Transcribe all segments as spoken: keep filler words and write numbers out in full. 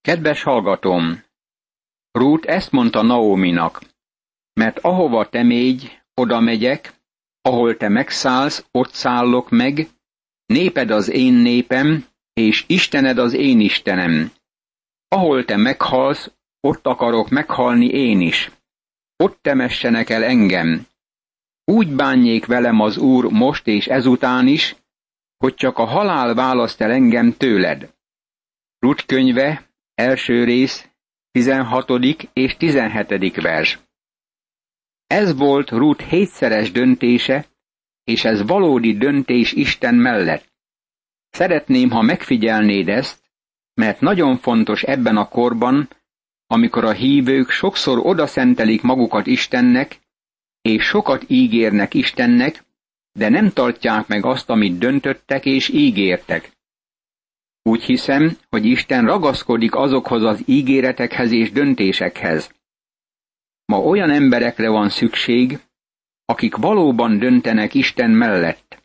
Kedves hallgatóm! Rút ezt mondta Naóminak, mert ahova te mégy, oda megyek, ahol te megszállsz, ott szállok meg, néped az én népem, és Istened az én Istenem. Ahol te meghalsz, ott akarok meghalni én is. Ott temessenek el engem. Úgy bánjék velem az Úr most és ezután is, hogy csak a halál választ el engem tőled. Rut könyve, első rész, tizenhatodik és tizenhetedik vers. Ez volt Rut hétszeres döntése, és ez valódi döntés Isten mellett. Szeretném, ha megfigyelnéd ezt, mert nagyon fontos ebben a korban, amikor a hívők sokszor odaszentelik magukat Istennek, és sokat ígérnek Istennek, de nem tartják meg azt, amit döntöttek és ígértek. Úgy hiszem, hogy Isten ragaszkodik azokhoz az ígéretekhez és döntésekhez. Ma olyan emberekre van szükség, akik valóban döntenek Isten mellett.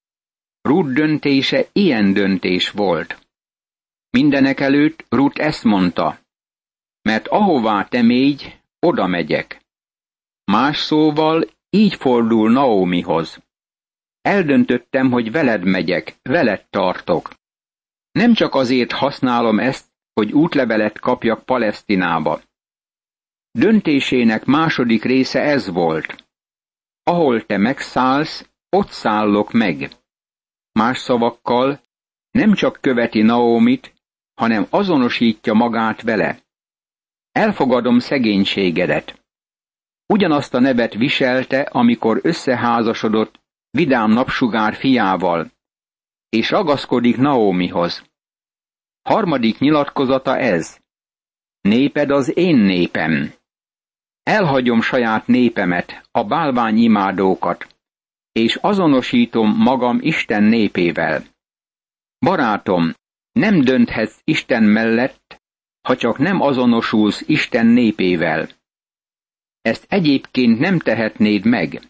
Rut döntése ilyen döntés volt. Mindenekelőtt Rut ezt mondta, mert ahová te mégy, oda megyek. Más szóval így fordul Naómihoz. Eldöntöttem, hogy veled megyek, veled tartok. Nem csak azért használom ezt, hogy útlevelet kapjak Palesztinába. Döntésének második része ez volt. Ahol te megszállsz, ott szállok meg. Más szavakkal, nem csak követi Naómit, hanem azonosítja magát vele. Elfogadom szegénységedet. Ugyanazt a nevet viselte, amikor összeházasodott Vidám napsugár fiával, és ragaszkodik Naómihoz. Harmadik nyilatkozata ez. Néped az én népem. Elhagyom saját népemet, a bálványimádókat, és azonosítom magam Isten népével. Barátom, nem dönthetsz Isten mellett, ha csak nem azonosulsz Isten népével. Ezt egyébként nem tehetnéd meg.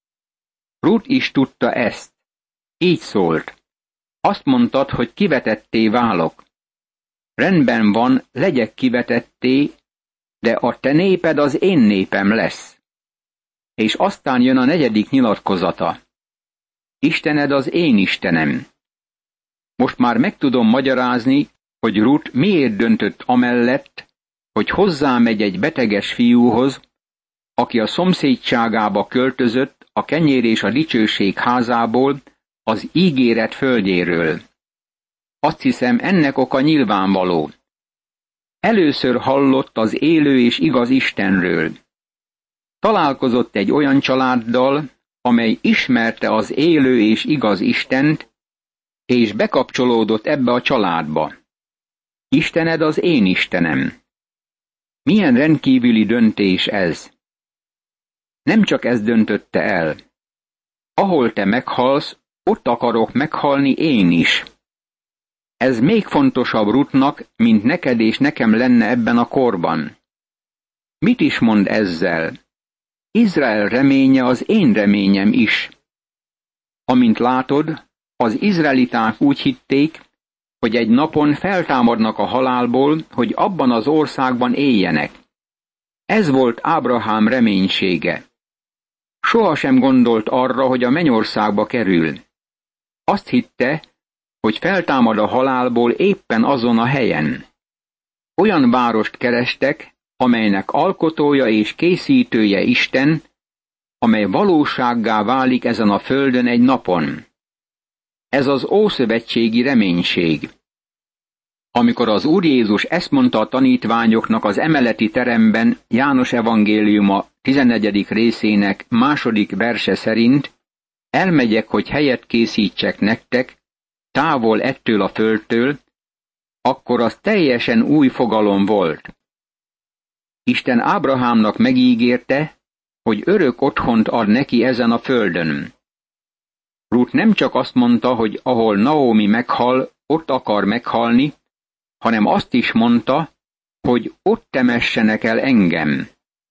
Rut is tudta ezt. Így szólt. Azt mondtad, hogy kivetetté válok. Rendben van, legyek kivetetté, de a te néped az én népem lesz. És aztán jön a negyedik nyilatkozata. Istened az én Istenem. Most már meg tudom magyarázni, hogy Rut miért döntött amellett, hogy hozzámegy egy beteges fiúhoz, aki a szomszédságába költözött a kenyér és a dicsőség házából, az ígéret földjéről. Azt hiszem, ennek oka nyilvánvaló. Először hallott az élő és igaz Istenről. Találkozott egy olyan családdal, amely ismerte az élő és igaz Istent, és bekapcsolódott ebbe a családba. Istened az én Istenem. Milyen rendkívüli döntés ez! Nem csak ez döntötte el. Ahol te meghalsz, ott akarok meghalni én is. Ez még fontosabb Rutnak, mint neked és nekem lenne ebben a korban. Mit is mond ezzel? Izrael reménye az én reményem is. Amint látod, az izraeliták úgy hitték, hogy egy napon feltámadnak a halálból, hogy abban az országban éljenek. Ez volt Ábrahám reménysége. Sohasem gondolt arra, hogy a mennyországba kerül. Azt hitte, hogy feltámad a halálból éppen azon a helyen. Olyan várost kerestek, amelynek alkotója és készítője Isten, amely valósággá válik ezen a földön egy napon. Ez az ószövetségi reménység. Amikor az Úr Jézus ezt mondta a tanítványoknak az emeleti teremben, János evangéliuma tizennegyedik részének második verse szerint, elmegyek, hogy helyet készítsek nektek, távol ettől a földtől, akkor az teljesen új fogalom volt. Isten Ábrahámnak megígérte, hogy örök otthont ad neki ezen a földön. Rut nem csak azt mondta, hogy ahol Naómi meghal, ott akar meghalni, hanem azt is mondta, hogy ott temessenek el engem.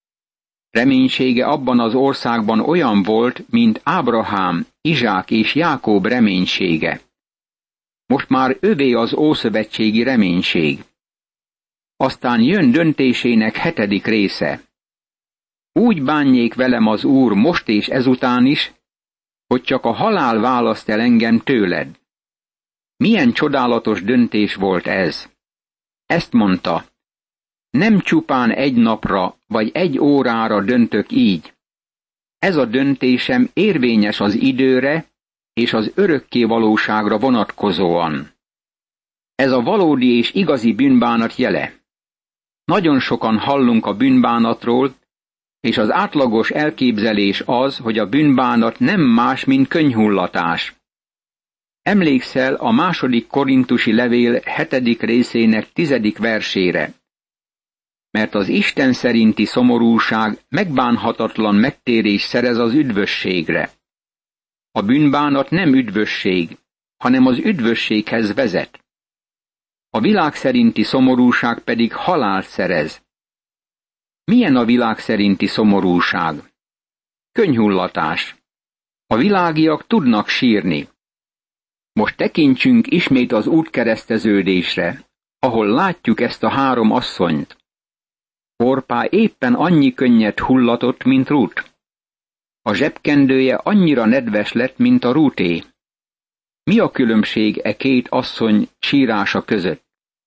Reménysége abban az országban olyan volt, mint Ábrahám, Izsák és Jákob reménysége. Most már övé az ószövetségi reménység. Aztán jön döntésének hetedik része. Úgy bánjék velem az Úr most és ezután is, hogy csak a halál választ el engem tőled. Milyen csodálatos döntés volt ez! Ezt mondta, nem csupán egy napra vagy egy órára döntök így. Ez a döntésem érvényes az időre és az örökké valóságra vonatkozóan. Ez a valódi és igazi bűnbánat jele. Nagyon sokan hallunk a bűnbánatról, és az átlagos elképzelés az, hogy a bűnbánat nem más, mint könnyhullatás. Emlékszel a második korintusi levél hetedik részének tizedik versére. Mert az Isten szerinti szomorúság megbánhatatlan megtérés szerez az üdvösségre. A bűnbánat nem üdvösség, hanem az üdvösséghez vezet. A világ szerinti szomorúság pedig halált szerez. Milyen a világ szerinti szomorúság? Könnyhullatás. A világiak tudnak sírni. Most tekintsünk ismét az útkereszteződésre, ahol látjuk ezt a három asszonyt. Orpá éppen annyi könnyet hullatott, mint Rút. A zsebkendője annyira nedves lett, mint a Rúté. Mi a különbség e két asszony sírása között?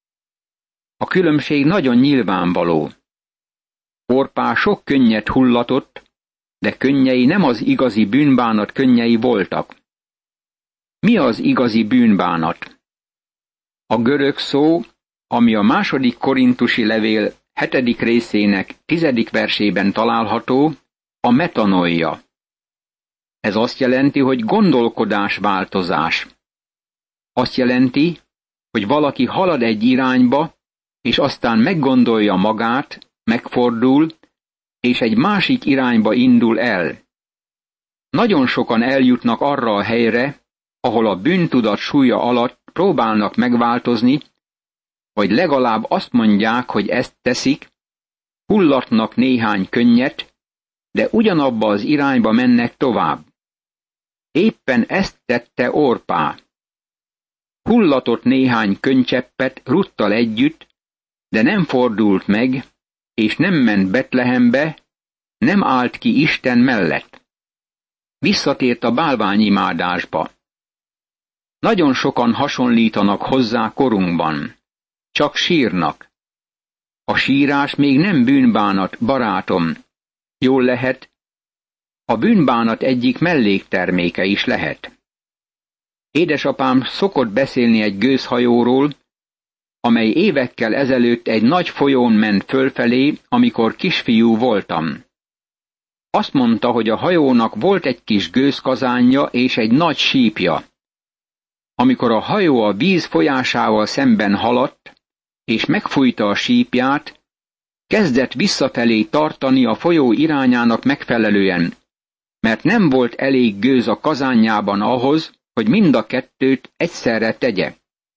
A különbség nagyon nyilvánvaló. Orpá sok könnyet hullatott, de könnyei nem az igazi bűnbánat könnyei voltak. Mi az igazi bűnbánat? A görög szó, ami a második korintusi levél hetedik részének tizedik versében található, a metanoia. Ez azt jelenti, hogy gondolkodásváltozás. Azt jelenti, hogy valaki halad egy irányba, és aztán meggondolja magát, megfordul, és egy másik irányba indul el. Nagyon sokan eljutnak arra a helyre, ahol a bűntudat súlya alatt próbálnak megváltozni, vagy legalább azt mondják, hogy ezt teszik, hullatnak néhány könnyet, de ugyanabba az irányba mennek tovább. Éppen ezt tette Orpá. Hullatott néhány könnycseppet Ruttal együtt, de nem fordult meg, és nem ment Betlehembe, nem állt ki Isten mellett. Visszatért a bálványimádásba. Nagyon sokan hasonlítanak hozzá korunkban. Csak sírnak. A sírás még nem bűnbánat, barátom. Jól lehet, a bűnbánat egyik mellékterméke is lehet. Édesapám szokott beszélni egy gőzhajóról, amely évekkel ezelőtt egy nagy folyón ment fölfelé, amikor kisfiú voltam. Azt mondta, hogy a hajónak volt egy kis gőzkazánja és egy nagy sípja. Amikor a hajó a víz folyásával szemben haladt, és megfújta a sípját, kezdett visszafelé tartani a folyó irányának megfelelően, mert nem volt elég gőz a kazánjában ahhoz, hogy mind a kettőt egyszerre tegye.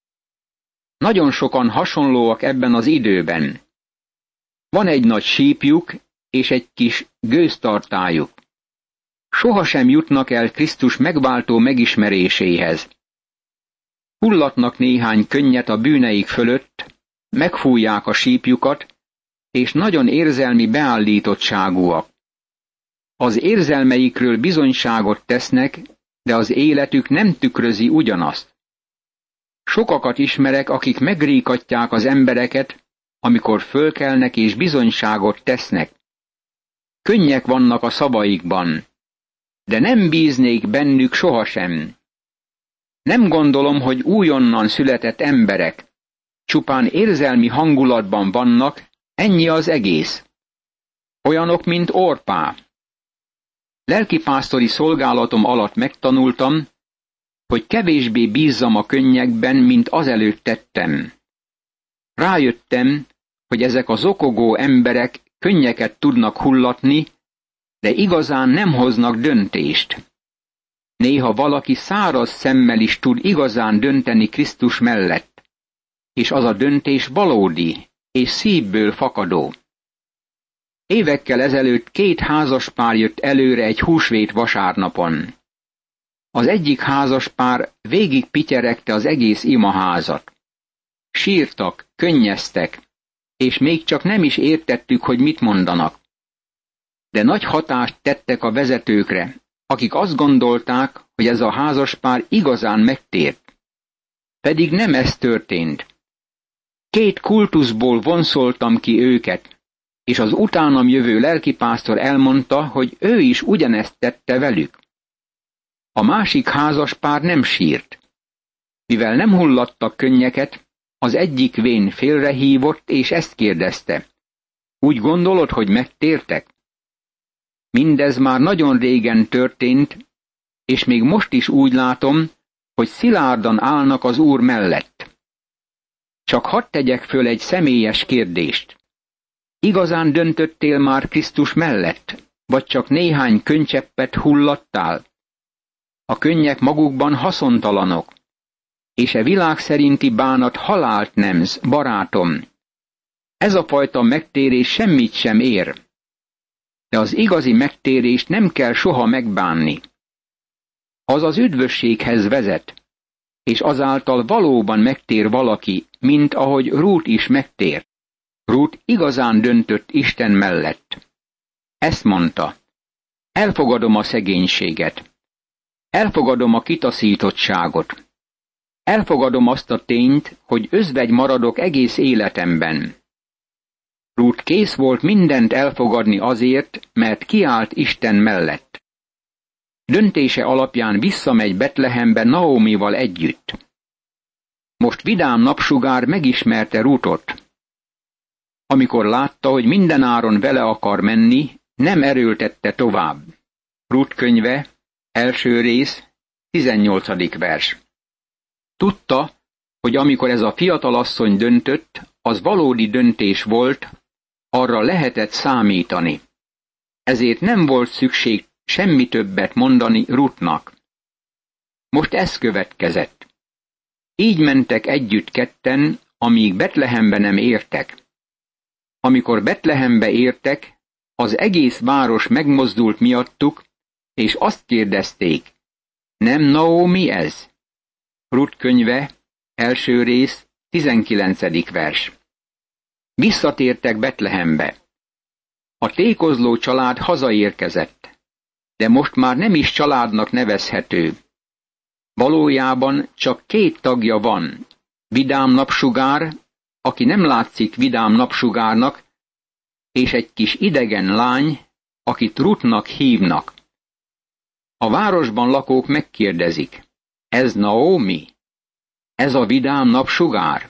Nagyon sokan hasonlóak ebben az időben. Van egy nagy sípjuk és egy kis gőztartályuk. Sohasem jutnak el Krisztus megváltó megismeréséhez. Hullatnak néhány könnyet a bűneik fölött, megfújják a sípjukat, és nagyon érzelmi beállítottságúak. Az érzelmeikről bizonyságot tesznek, de az életük nem tükrözi ugyanazt. Sokakat ismerek, akik megríkatják az embereket, amikor fölkelnek és bizonyságot tesznek. Könnyek vannak a szavaikban, de nem bíznék bennük sohasem. Nem gondolom, hogy újonnan született emberek, csupán érzelmi hangulatban vannak, ennyi az egész. Olyanok, mint Orpá. Lelkipásztori szolgálatom alatt megtanultam, hogy kevésbé bízzam a könnyekben, mint azelőtt tettem. Rájöttem, hogy ezek a zokogó emberek könnyeket tudnak hullatni, de igazán nem hoznak döntést. Néha valaki száraz szemmel is tud igazán dönteni Krisztus mellett, és az a döntés valódi és szívből fakadó. Évekkel ezelőtt két házaspár jött előre egy húsvét vasárnapon. Az egyik házaspár végig pityeregte az egész imaházat. Sírtak, könnyeztek, és még csak nem is értettük, hogy mit mondanak. De nagy hatást tettek a vezetőkre, akik azt gondolták, hogy ez a házaspár igazán megtért. Pedig nem ez történt. Két kultuszból vonszoltam ki őket, és az utánam jövő lelkipásztor elmondta, hogy ő is ugyanezt tette velük. A másik házaspár nem sírt. Mivel nem hullattak könnyeket, az egyik vén félrehívott, és ezt kérdezte. Úgy gondolod, hogy megtértek? Mindez már nagyon régen történt, és még most is úgy látom, hogy szilárdan állnak az Úr mellett. Csak hadd tegyek föl egy személyes kérdést. Igazán döntöttél már Krisztus mellett, vagy csak néhány könncseppet hullattál? A könnyek magukban haszontalanok, és e világ szerinti bánat halált nemz, barátom. Ez a fajta megtérés semmit sem ér. De az igazi megtérést nem kell soha megbánni. Az az üdvösséghez vezet, és azáltal valóban megtér valaki, mint ahogy Rút is megtért. Rút igazán döntött Isten mellett. Ezt mondta: elfogadom a szegénységet, elfogadom a kitaszítottságot, elfogadom azt a tényt, hogy özvegy maradok egész életemben. Rút kész volt mindent elfogadni azért, mert kiállt Isten mellett. Döntése alapján visszamegy Betlehembe Naómival együtt. Most vidám napsugár megismerte Rútot. Amikor látta, hogy mindenáron vele akar menni, nem erőltette tovább. Rút könyve, első rész, tizennyolcadik vers. Tudta, hogy amikor ez a fiatalasszony döntött, az valódi döntés volt, arra lehetett számítani. Ezért nem volt szükség semmi többet mondani Rútnak. Most ez következett. Így mentek együtt ketten, amíg Betlehembe nem értek. Amikor Betlehembe értek, az egész város megmozdult miattuk, és azt kérdezték: nem Naómi ez? Rút könyve, első rész, tizenkilencedik vers. Visszatértek Betlehembe. A tékozló család hazaérkezett, de most már nem is családnak nevezhető. Valójában csak két tagja van, Vidám napsugár, aki nem látszik vidám napsugárnak, és egy kis idegen lány, akit Rutnak hívnak. A városban lakók megkérdezik: ez Naómi? Ez a vidám napsugár?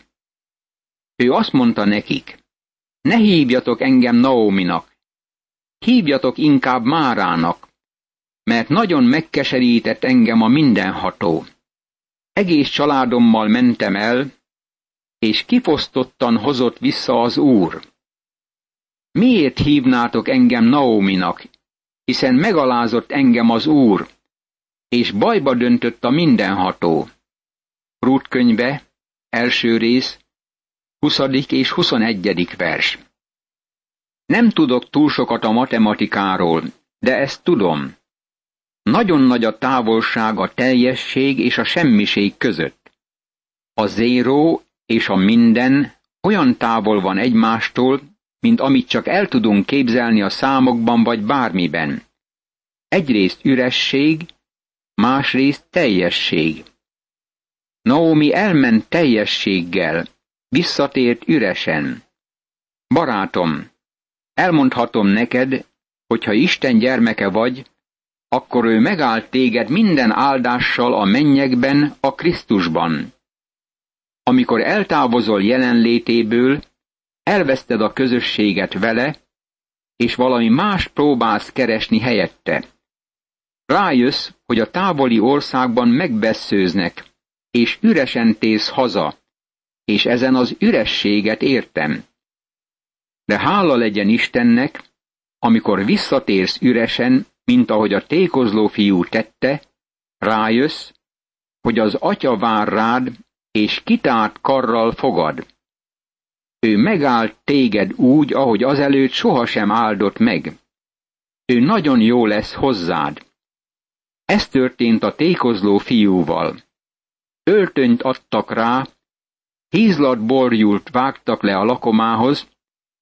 Ő azt mondta nekik: ne hívjatok engem Naóminak, hívjatok inkább Márának, mert nagyon megkeserített engem a mindenható. Egész családommal mentem el, és kifosztottan hozott vissza az Úr. Miért hívnátok engem Naóminak, hiszen megalázott engem az Úr, és bajba döntött a mindenható. Rút könyve, első rész, huszadik és huszonegyedik vers. Nem tudok túl sokat a matematikáról, de ezt tudom. Nagyon nagy a távolság a teljesség és a semmiség között. A zéró és a minden olyan távol van egymástól, mint amit csak el tudunk képzelni a számokban vagy bármiben. Egyrészt üresség, másrészt teljesség. Naómi elment teljességgel, visszatért üresen. Barátom, elmondhatom neked, hogy ha Isten gyermeke vagy, akkor ő megáll téged minden áldással a mennyekben, a Krisztusban. Amikor eltávozol jelenlétéből, elveszted a közösséget vele, és valami más próbálsz keresni helyette. Rájössz, hogy a távoli országban megvesszőznek, és üresen térsz haza, és ezen az ürességet értem. De hála legyen Istennek, amikor visszatérsz üresen, mint ahogy a tékozló fiú tette, rájössz, hogy az Atya vár rád, és kitárt karral fogad. Ő megállt téged úgy, ahogy azelőtt sohasem áldott meg. Ő nagyon jó lesz hozzád. Ez történt a tékozló fiúval. Öltönyt adtak rá, hízlat borjult vágtak le a lakomához,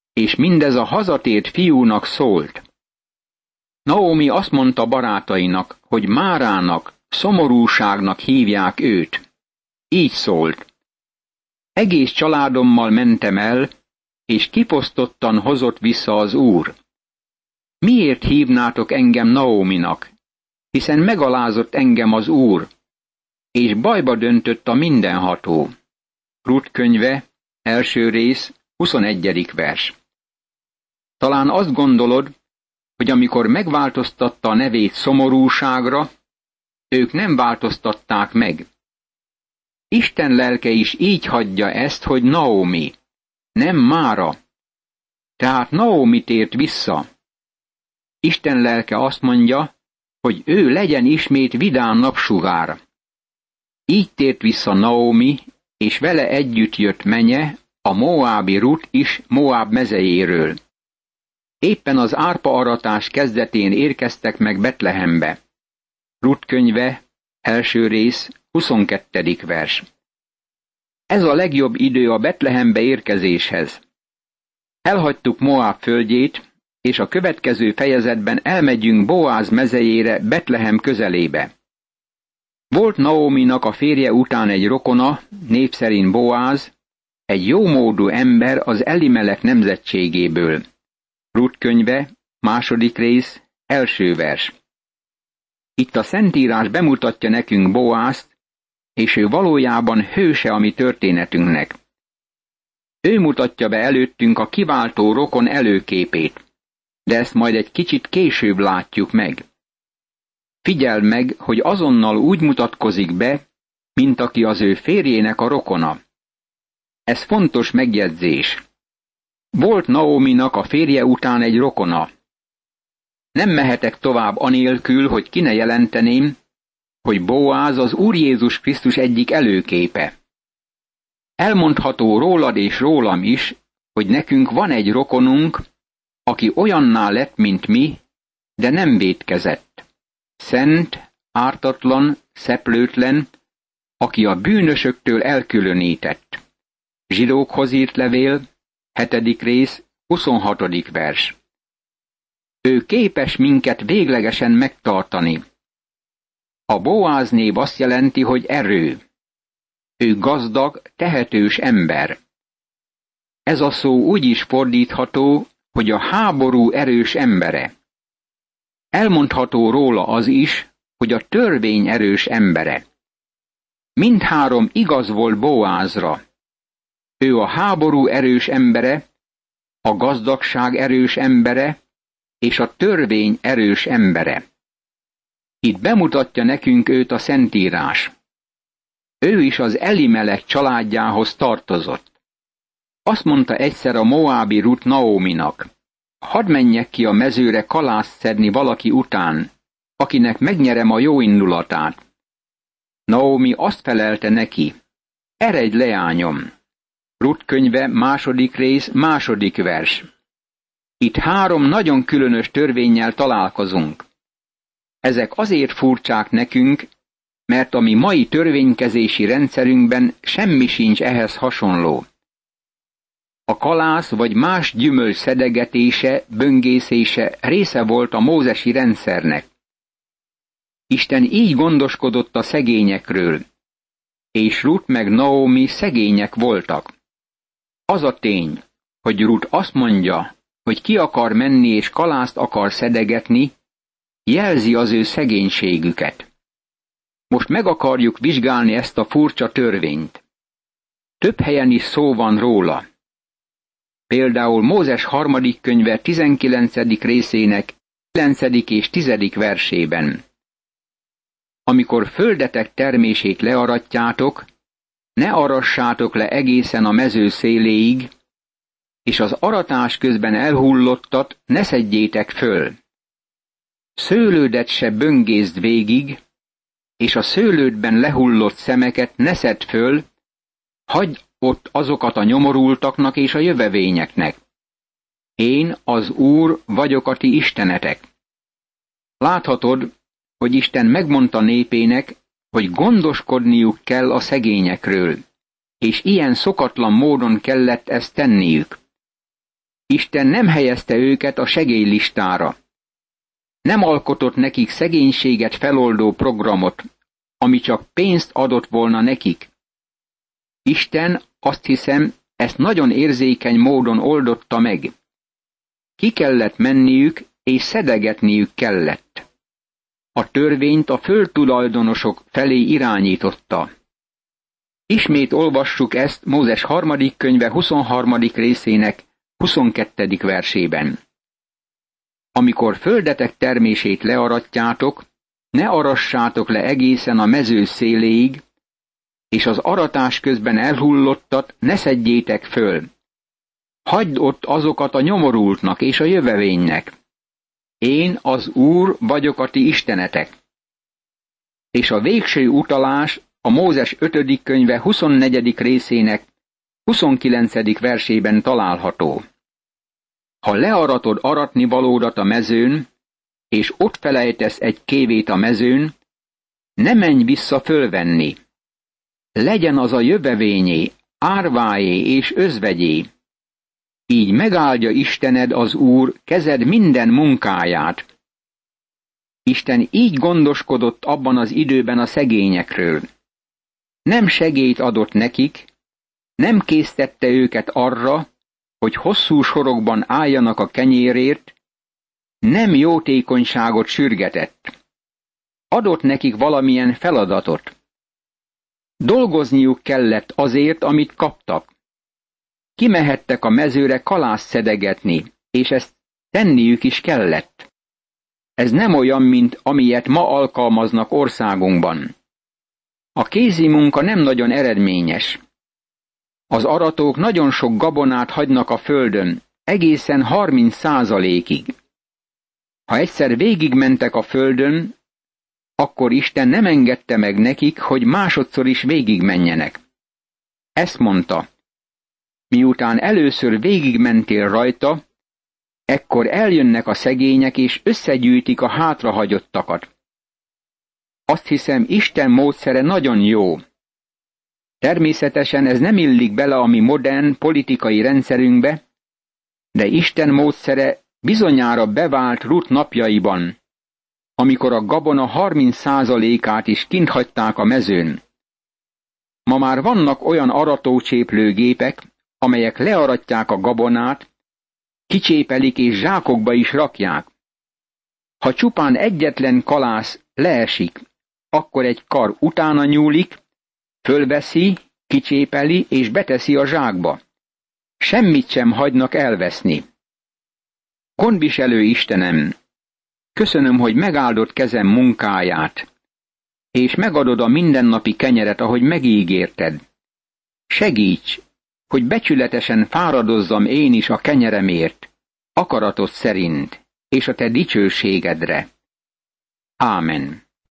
és mindez a hazatért fiúnak szólt. Naomi azt mondta barátainak, hogy Márának, szomorúságnak hívják őt. Így szólt. Egész családommal mentem el, és kifosztottan hozott vissza az Úr. Miért hívnátok engem Naominak? Hiszen megalázott engem az Úr, és bajba döntött a mindenható. Rut könyve, első rész, huszonegyedik vers. Talán azt gondolod, hogy amikor megváltoztatta a nevét szomorúságra, ők nem változtatták meg. Isten lelke is így hagyja ezt, hogy Naomi, nem Mára. Tehát Naomi tért vissza. Isten lelke azt mondja, hogy ő legyen ismét vidám napsugár. Így tért vissza Naomi, és vele együtt jött menye, a moábi Rut is Moáb mezejéről. Éppen az árpaaratás kezdetén érkeztek meg Betlehembe. Rut könyve, első rész, huszonkettedik vers. Ez a legjobb idő a Betlehembe érkezéshez. Elhagytuk Moáb földjét, és a következő fejezetben elmegyünk Boáz mezejére, Betlehem közelébe. Volt Naominak a férje után egy rokona, név szerint Boáz, egy jómódú ember az Elimelek nemzetségéből. Rut könyve, második rész, első vers. Itt a Szentírás bemutatja nekünk Boázt, és ő valójában hőse a mi történetünknek. Ő mutatja be előttünk a kiváltó rokon előképét, de ezt majd egy kicsit később látjuk meg. Figyeld meg, hogy azonnal úgy mutatkozik be, mint aki az ő férjének a rokona. Ez fontos megjegyzés. Volt Naominak a férje után egy rokona. Nem mehetek tovább anélkül, hogy ki ne jelenteném, hogy Boáz az Úr Jézus Krisztus egyik előképe. Elmondható rólad és rólam is, hogy nekünk van egy rokonunk, aki olyanná lett, mint mi, de nem vétkezett. Szent, ártatlan, szeplőtlen, aki a bűnösöktől elkülönített. Zsidókhoz írt levél, hetedik rész, huszonhatodik vers. Ő képes minket véglegesen megtartani. A Boáz név azt jelenti, hogy erő. Ő gazdag, tehetős ember. Ez a szó úgy is fordítható, hogy a háború erős embere. Elmondható róla az is, hogy a törvény erős embere. Mindhárom igaz volt Boázra. Ő a háború erős embere, a gazdagság erős embere, és a törvény erős embere. Itt bemutatja nekünk őt a Szentírás. Ő is az Elimelek családjához tartozott. Azt mondta egyszer a moábi Rut Naominak, hadd menjek ki a mezőre kalászt szedni valaki után, akinek megnyerem a jó indulatát. Naomi azt felelte neki, eredj leányom. Rut könyve, második rész, második vers. Itt három nagyon különös törvénnyel találkozunk. Ezek azért furcsák nekünk, mert a mi mai törvénykezési rendszerünkben semmi sincs ehhez hasonló. A kalász vagy más gyümölcs szedegetése, böngészése része volt a mózesi rendszernek. Isten így gondoskodott a szegényekről, és Rut meg Naomi szegények voltak. Az a tény, hogy Rut azt mondja, hogy ki akar menni és kalászt akar szedegetni, jelzi az ő szegénységüket. Most meg akarjuk vizsgálni ezt a furcsa törvényt. Több helyen is szó van róla. Például Mózes harmadik könyve tizenkilencedik részének kilencedik és tizedik versében. Amikor földetek termését learatjátok, ne arassátok le egészen a mező széléig, és az aratás közben elhullottat ne szedjétek föl. Szőlődet se böngészd végig, és a szőlődben lehullott szemeket ne szedd föl, hagyd ott azokat a nyomorultaknak és a jövevényeknek. Én, az Úr, vagyok a ti istenetek. Láthatod, hogy Isten megmondta népének, hogy gondoskodniuk kell a szegényekről, és ilyen szokatlan módon kellett ezt tenniük. Isten nem helyezte őket a segélylistára. Nem alkotott nekik szegénységet feloldó programot, ami csak pénzt adott volna nekik. Isten, azt hiszem, ezt nagyon érzékeny módon oldotta meg. Ki kellett menniük, és szedegetniük kellett. A törvényt a földtulajdonosok felé irányította. Ismét olvassuk ezt Mózes harmadik könyve huszonharmadik részének huszonkettedik versében. Amikor földetek termését learatjátok, ne arassátok le egészen a mező széléig, és az aratás közben elhullottat ne szedjétek föl. Hagyd ott azokat a nyomorultnak és a jövevénynek. Én, az Úr, vagyok a ti istenetek. És a végső utalás a Mózes ötödik könyve huszonnegyedik részének huszonkilencedik versében található. Ha learatod aratni valódat a mezőn, és ott felejtesz egy kévét a mezőn, ne menj vissza fölvenni. Legyen az a jövevényé, árváé és özvegyé. Így megáldja Istened, az Úr, kezed minden munkáját. Isten így gondoskodott abban az időben a szegényekről. Nem segélyt adott nekik, nem késztette őket arra, hogy hosszú sorokban álljanak a kenyérért, nem jótékonyságot sürgetett. Adott nekik valamilyen feladatot. Dolgozniuk kellett azért, amit kaptak. Kimehettek a mezőre kalászt szedegetni, és ezt tenniük is kellett. Ez nem olyan, mint amilyet ma alkalmaznak országunkban. A kézi munka nem nagyon eredményes. Az aratók nagyon sok gabonát hagynak a földön, egészen harminc százalékig. Ha egyszer végigmentek a földön, akkor Isten nem engedte meg nekik, hogy másodszor is végigmenjenek. Ezt mondta: miután először végigmentél rajta, ekkor eljönnek a szegények és összegyűjtik a hátrahagyottakat. Azt hiszem, Isten módszere nagyon jó. Természetesen ez nem illik bele a mi modern politikai rendszerünkbe, de Isten módszere bizonyára bevált Rut napjaiban, amikor a gabona harminc százalékát is kint hagyták a mezőn. Ma már vannak olyan aratócséplőgépek, amelyek learatják a gabonát, kicsépelik és zsákokba is rakják. Ha csupán egyetlen kalász leesik, akkor egy kar utána nyúlik, fölveszi, kicsépeli és beteszi a zsákba. Semmit sem hagynak elveszni. Gondviselő Istenem, köszönöm, hogy megáldott kezem munkáját, és megadod a mindennapi kenyeret, ahogy megígérted. Segíts, hogy becsületesen fáradozzam én is a kenyeremért, akaratod szerint, és a te dicsőségedre. Ámen.